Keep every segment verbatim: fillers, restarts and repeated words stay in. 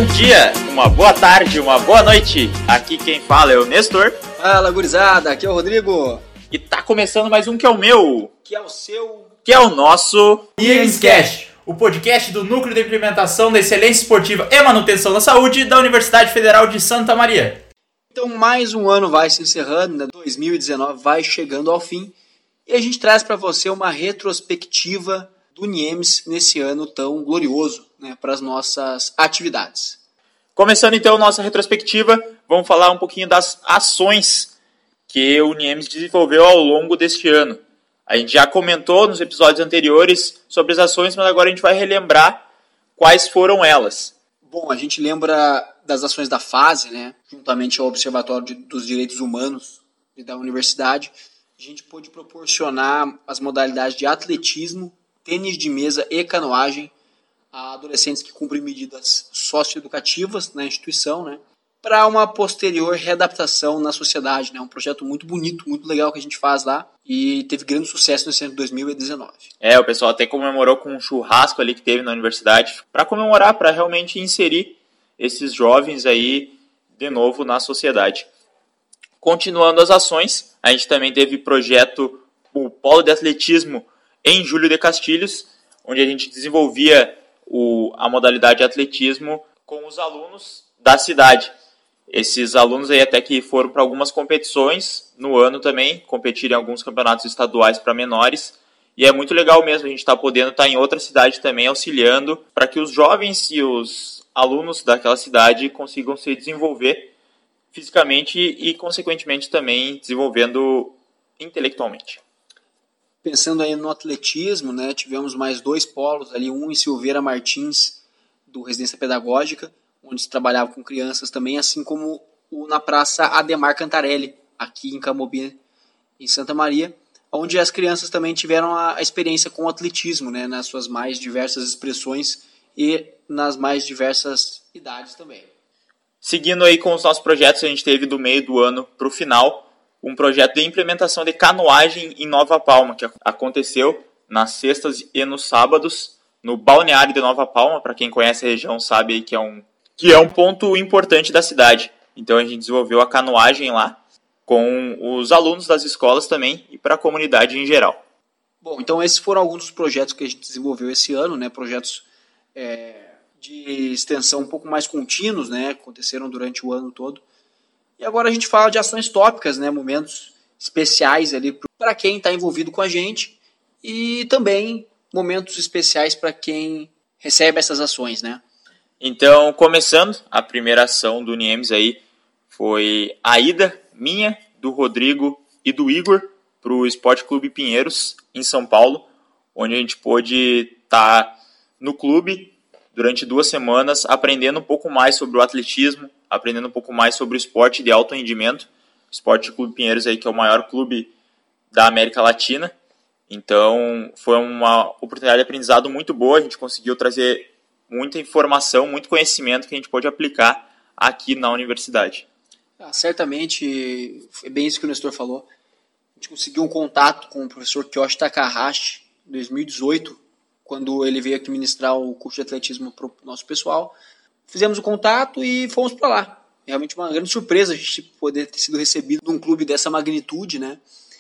bom dia, uma boa tarde, uma boa noite. Aqui quem fala é o Nestor. Fala, gurizada, aqui é o Rodrigo. E tá começando mais um que é o meu, que é o seu, que é o nosso NIEMScast, o podcast do Núcleo de Implementação da Excelência Esportiva e Manutenção da Saúde da Universidade Federal de Santa Maria. Então mais um ano vai se encerrando, né? dois mil e dezenove vai chegando ao fim e a gente traz para você uma retrospectiva do NIEMS nesse ano tão glorioso, né, para as nossas atividades. Começando então nossa retrospectiva, vamos falar um pouquinho das ações que o NIEMS desenvolveu ao longo deste ano. A gente já comentou nos episódios anteriores sobre as ações, mas agora a gente vai relembrar quais foram elas. Bom, a gente lembra das ações da FASE, né, juntamente ao Observatório de, dos Direitos Humanos da Universidade. A gente pôde proporcionar as modalidades de atletismo, tênis de mesa e canoagem a adolescentes que cumprem medidas socioeducativas na instituição, né, para uma posterior readaptação na sociedade, né, um projeto muito bonito, muito legal que a gente faz lá e teve grande sucesso nesse ano de dois mil e dezenove. É, o pessoal até comemorou com um churrasco ali que teve na universidade para comemorar, para realmente inserir esses jovens aí de novo na sociedade. Continuando as ações, a gente também teve projeto, o Polo de Atletismo em Júlio de Castilhos, onde a gente desenvolvia o, a modalidade de atletismo com os alunos da cidade. Esses alunos aí até que foram para algumas competições no ano também, competirem em alguns campeonatos estaduais para menores. E é muito legal mesmo a gente estar tá podendo estar tá em outra cidade também auxiliando para que os jovens e os alunos daquela cidade consigam se desenvolver fisicamente e, consequentemente, também desenvolvendo intelectualmente. Pensando aí no atletismo, né, tivemos mais dois polos ali, um em Silveira Martins, do Residência Pedagógica, onde se trabalhava com crianças também, assim como o na Praça Ademar Cantarelli, aqui em Camobi, em Santa Maria, onde as crianças também tiveram a, a experiência com o atletismo, né, nas suas mais diversas expressões e nas mais diversas idades também. Seguindo aí com os nossos projetos, a gente teve do meio do ano para o final, um projeto de implementação de canoagem em Nova Palma, que aconteceu nas sextas e nos sábados, no balneário de Nova Palma. Para quem conhece a região sabe que é, um, que é um ponto importante da cidade. Então a gente desenvolveu a canoagem lá, com os alunos das escolas também e para a comunidade em geral. Bom, então esses foram alguns dos projetos que a gente desenvolveu esse ano, né? Projetos é, de extensão um pouco mais contínuos, né? Aconteceram durante o ano todo. E agora a gente fala de ações tópicas, né, momentos especiais ali para quem está envolvido com a gente e também momentos especiais para quem recebe essas ações, né? Então, começando, a primeira ação do NIEMS aí foi a ida minha, do Rodrigo e do Igor para o Esporte Clube Pinheiros, em São Paulo, onde a gente pôde estar tá no clube durante duas semanas aprendendo um pouco mais sobre o atletismo, aprendendo um pouco mais sobre o esporte de alto rendimento. O Esporte Clube Pinheiros, aí, que é o maior clube da América Latina. Então, foi uma oportunidade de aprendizado muito boa. A gente conseguiu trazer muita informação, muito conhecimento que a gente pode aplicar aqui na universidade. Ah, certamente, é bem isso que o Nestor falou. A gente conseguiu um contato com o professor Kyoshi Takahashi em dois mil e dezoito, quando ele veio aqui ministrar o curso de atletismo para o nosso pessoal. Fizemos o contato e fomos para lá. Realmente uma grande surpresa a gente poder ter sido recebido num clube dessa magnitude, né?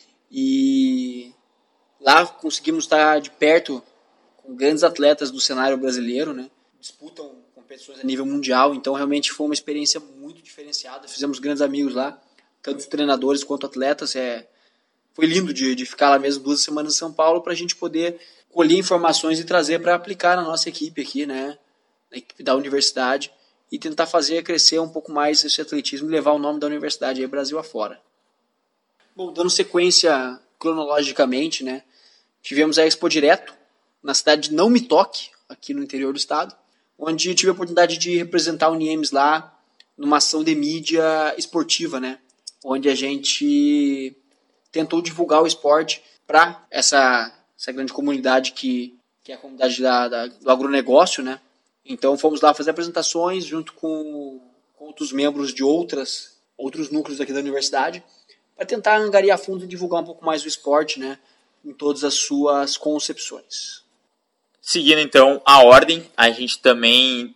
E lá conseguimos estar de perto com grandes atletas do cenário brasileiro, né? Disputam competições a nível mundial, então realmente foi uma experiência muito diferenciada. Fizemos grandes amigos lá, tanto os treinadores quanto atletas. É... Foi lindo de, de ficar lá mesmo duas semanas em São Paulo para a gente poder colher informações e trazer para aplicar na nossa equipe aqui, né? Na equipe da universidade, e tentar fazer crescer um pouco mais esse atletismo e levar o nome da universidade aí Brasil afora. Bom, dando sequência cronologicamente, né, tivemos a Expo Direto na cidade de Não Me Toque, aqui no interior do estado, onde tive a oportunidade de representar o NIEMS lá numa ação de mídia esportiva, né, onde a gente tentou divulgar o esporte para essa, essa grande comunidade que, que é a comunidade da, da, do agronegócio, né. Então fomos lá fazer apresentações junto com, com outros membros de outras, outros núcleos aqui da universidade para tentar angariar fundo e divulgar um pouco mais o esporte, né, em todas as suas concepções. Seguindo então a ordem, a gente também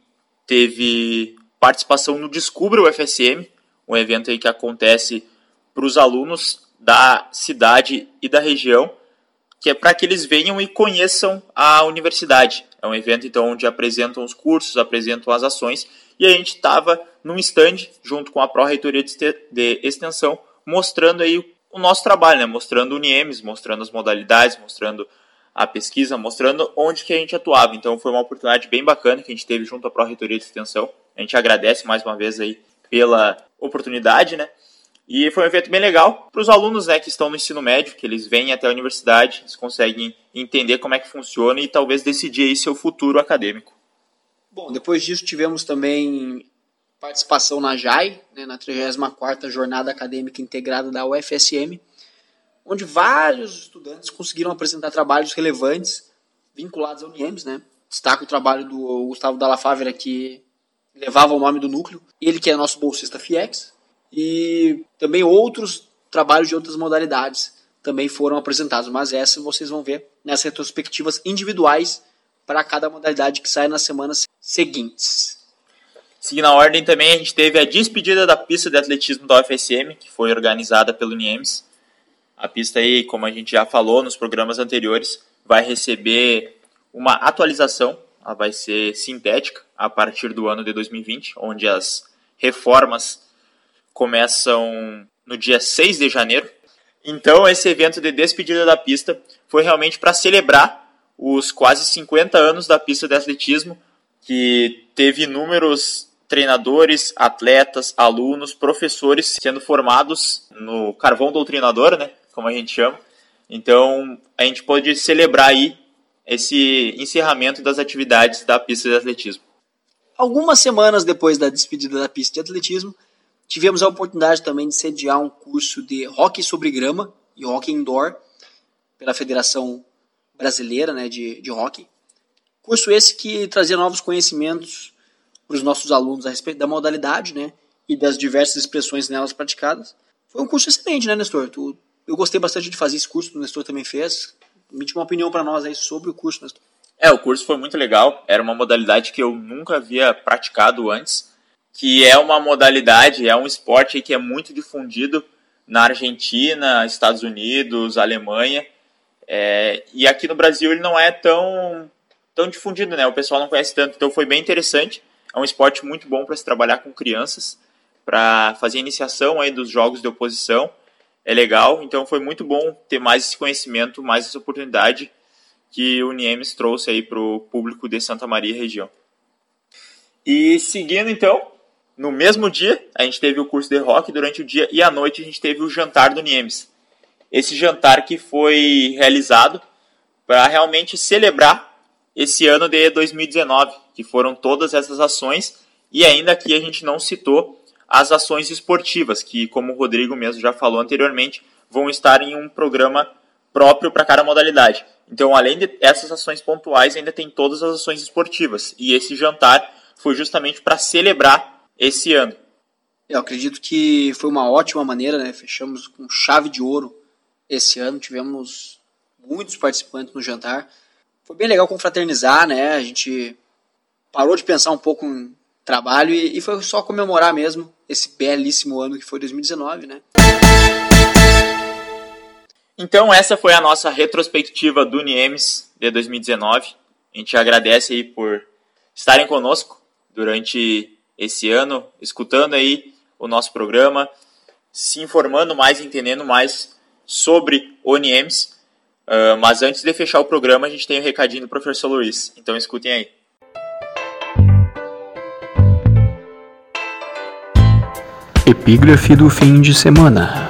teve participação no Descubra U F S M, um evento aí que acontece para os alunos da cidade e da região, que é para que eles venham e conheçam a universidade. É um evento então onde apresentam os cursos, apresentam as ações, e a gente estava num stand junto com a Pró-Reitoria de Extensão, mostrando aí o nosso trabalho, né? Mostrando o Uniems, mostrando as modalidades, mostrando a pesquisa, mostrando onde que a gente atuava. Então foi uma oportunidade bem bacana que a gente teve junto à Pró-Reitoria de Extensão. A gente agradece mais uma vez aí pela oportunidade, né? E foi um evento bem legal para os alunos, né, que estão no ensino médio, que eles vêm até a universidade, eles conseguem entender como é que funciona e talvez decidir aí seu futuro acadêmico. Bom, depois disso tivemos também participação na J A I, né, na trigésima quarta Jornada Acadêmica Integrada da U F S M, onde vários estudantes conseguiram apresentar trabalhos relevantes vinculados ao Uniems, né? Destaco o trabalho do Gustavo Dalla Favera, que levava o nome do núcleo, ele que é nosso bolsista FIEX, e também outros trabalhos de outras modalidades também foram apresentados, mas essa vocês vão ver nas retrospectivas individuais para cada modalidade que sai nas semanas seguintes. Seguindo a ordem também, a gente teve a despedida da pista de atletismo da U F S M, que foi organizada pelo Uniems. A pista aí, como a gente já falou nos programas anteriores, vai receber uma atualização, ela vai ser sintética a partir do ano de dois mil e vinte, onde as reformas começam no dia seis de janeiro. Então esse evento de despedida da pista foi realmente para celebrar os quase cinquenta anos da pista de atletismo, que teve inúmeros treinadores, atletas, alunos, professores sendo formados no carvão doutrinador, né, como a gente chama. Então a gente pode celebrar aí esse encerramento das atividades da pista de atletismo. Algumas semanas depois da despedida da pista de atletismo, tivemos a oportunidade também de sediar um curso de hóquei sobre grama e hóquei indoor pela Federação Brasileira, né, de, de Hóquei. Curso esse que trazia novos conhecimentos para os nossos alunos a respeito da modalidade, né, e das diversas expressões nelas praticadas. Foi um curso excelente, né, Nestor? Tu, eu gostei bastante de fazer esse curso, o Nestor também fez. Me dê uma opinião para nós aí sobre o curso, Nestor. É, o curso foi muito legal. Era uma modalidade que eu nunca havia praticado antes, que é uma modalidade, é um esporte que é muito difundido na Argentina, Estados Unidos, Alemanha, é, e aqui no Brasil ele não é tão, tão difundido, né? O pessoal não conhece tanto, então foi bem interessante. É um esporte muito bom para se trabalhar com crianças, para fazer a iniciação aí dos jogos de oposição, é legal, então foi muito bom ter mais esse conhecimento, mais essa oportunidade que o Uniems trouxe aí para o público de Santa Maria e região. E seguindo então, no mesmo dia, a gente teve o curso de rock durante o dia e à noite a gente teve o jantar do Uniems. Esse jantar que foi realizado para realmente celebrar esse ano de dois mil e dezenove, que foram todas essas ações, e ainda aqui a gente não citou as ações esportivas, que como o Rodrigo mesmo já falou anteriormente, vão estar em um programa próprio para cada modalidade. Então, além de essas ações pontuais, ainda tem todas as ações esportivas, e esse jantar foi justamente para celebrar esse ano. Eu acredito que foi uma ótima maneira, né? Fechamos com chave de ouro esse ano, tivemos muitos participantes no jantar. Foi bem legal confraternizar, né? A gente parou de pensar um pouco em trabalho e, e foi só comemorar mesmo esse belíssimo ano que foi dois mil e dezenove, né? Então essa foi a nossa retrospectiva do Uniems de dois mil e dezenove. A gente agradece aí por estarem conosco durante esse ano, escutando aí o nosso programa, se informando mais, entendendo mais sobre o Uniems. Uh, mas antes de fechar o programa, a gente tem um recadinho do professor Luiz. Então escutem aí. Epígrafe do fim de semana.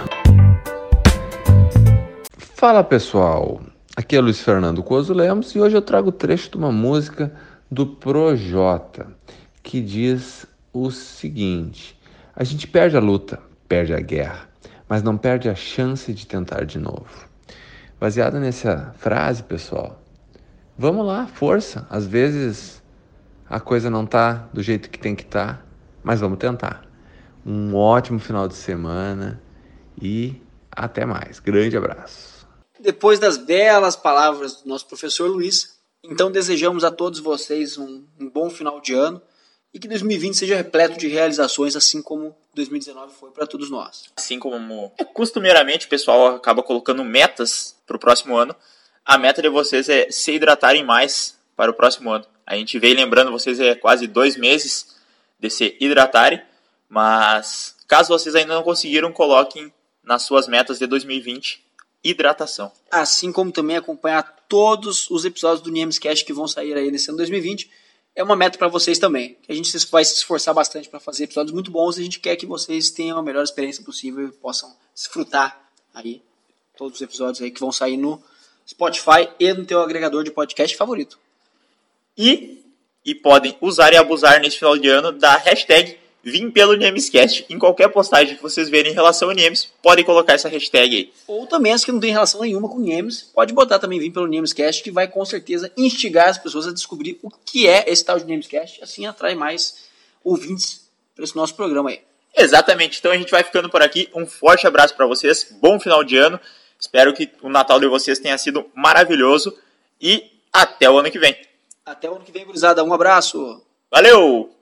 Fala pessoal, aqui é Luiz Fernando Coso Lemos e hoje eu trago o trecho de uma música do Projota, que diz o seguinte: a gente perde a luta, perde a guerra, mas não perde a chance de tentar de novo. Baseado nessa frase, pessoal, vamos lá, força. Às vezes a coisa não tá do jeito que tem que estar, tá, mas vamos tentar. Um ótimo final de semana e até mais. Grande abraço. Depois das belas palavras do nosso professor Luiz, então desejamos a todos vocês um, um bom final de ano e que dois mil e vinte seja repleto de realizações, assim como dois mil e dezenove foi para todos nós. Assim como é, costumeiramente o pessoal acaba colocando metas para o próximo ano, a meta de vocês é se hidratarem mais para o próximo ano. A gente veio lembrando vocês é quase dois meses de se hidratarem, mas caso vocês ainda não conseguiram, coloquem nas suas metas de dois mil e vinte hidratação. Assim como também acompanhar todos os episódios do Niemescast que vão sair aí nesse ano dois mil e vinte. É uma meta para vocês também. A gente vai se esforçar bastante para fazer episódios muito bons e a gente quer que vocês tenham a melhor experiência possível e possam desfrutar aí todos os episódios aí que vão sair no Spotify e no teu agregador de podcast favorito. E, e podem usar e abusar nesse final de ano da hashtag Vim pelo Niemescast. Em qualquer postagem que vocês verem em relação ao Niemes, podem colocar essa hashtag aí. Ou também as que não tem relação nenhuma com o Niemes, pode botar também Vim pelo Niemescast, que vai com certeza instigar as pessoas a descobrir o que é esse tal de Niemescast, assim atrai mais ouvintes para esse nosso programa aí. Exatamente, então a gente vai ficando por aqui. Um forte abraço para vocês, bom final de ano. Espero que o Natal de vocês tenha sido maravilhoso e até o ano que vem. Até o ano que vem, gurizada. Um abraço. Valeu!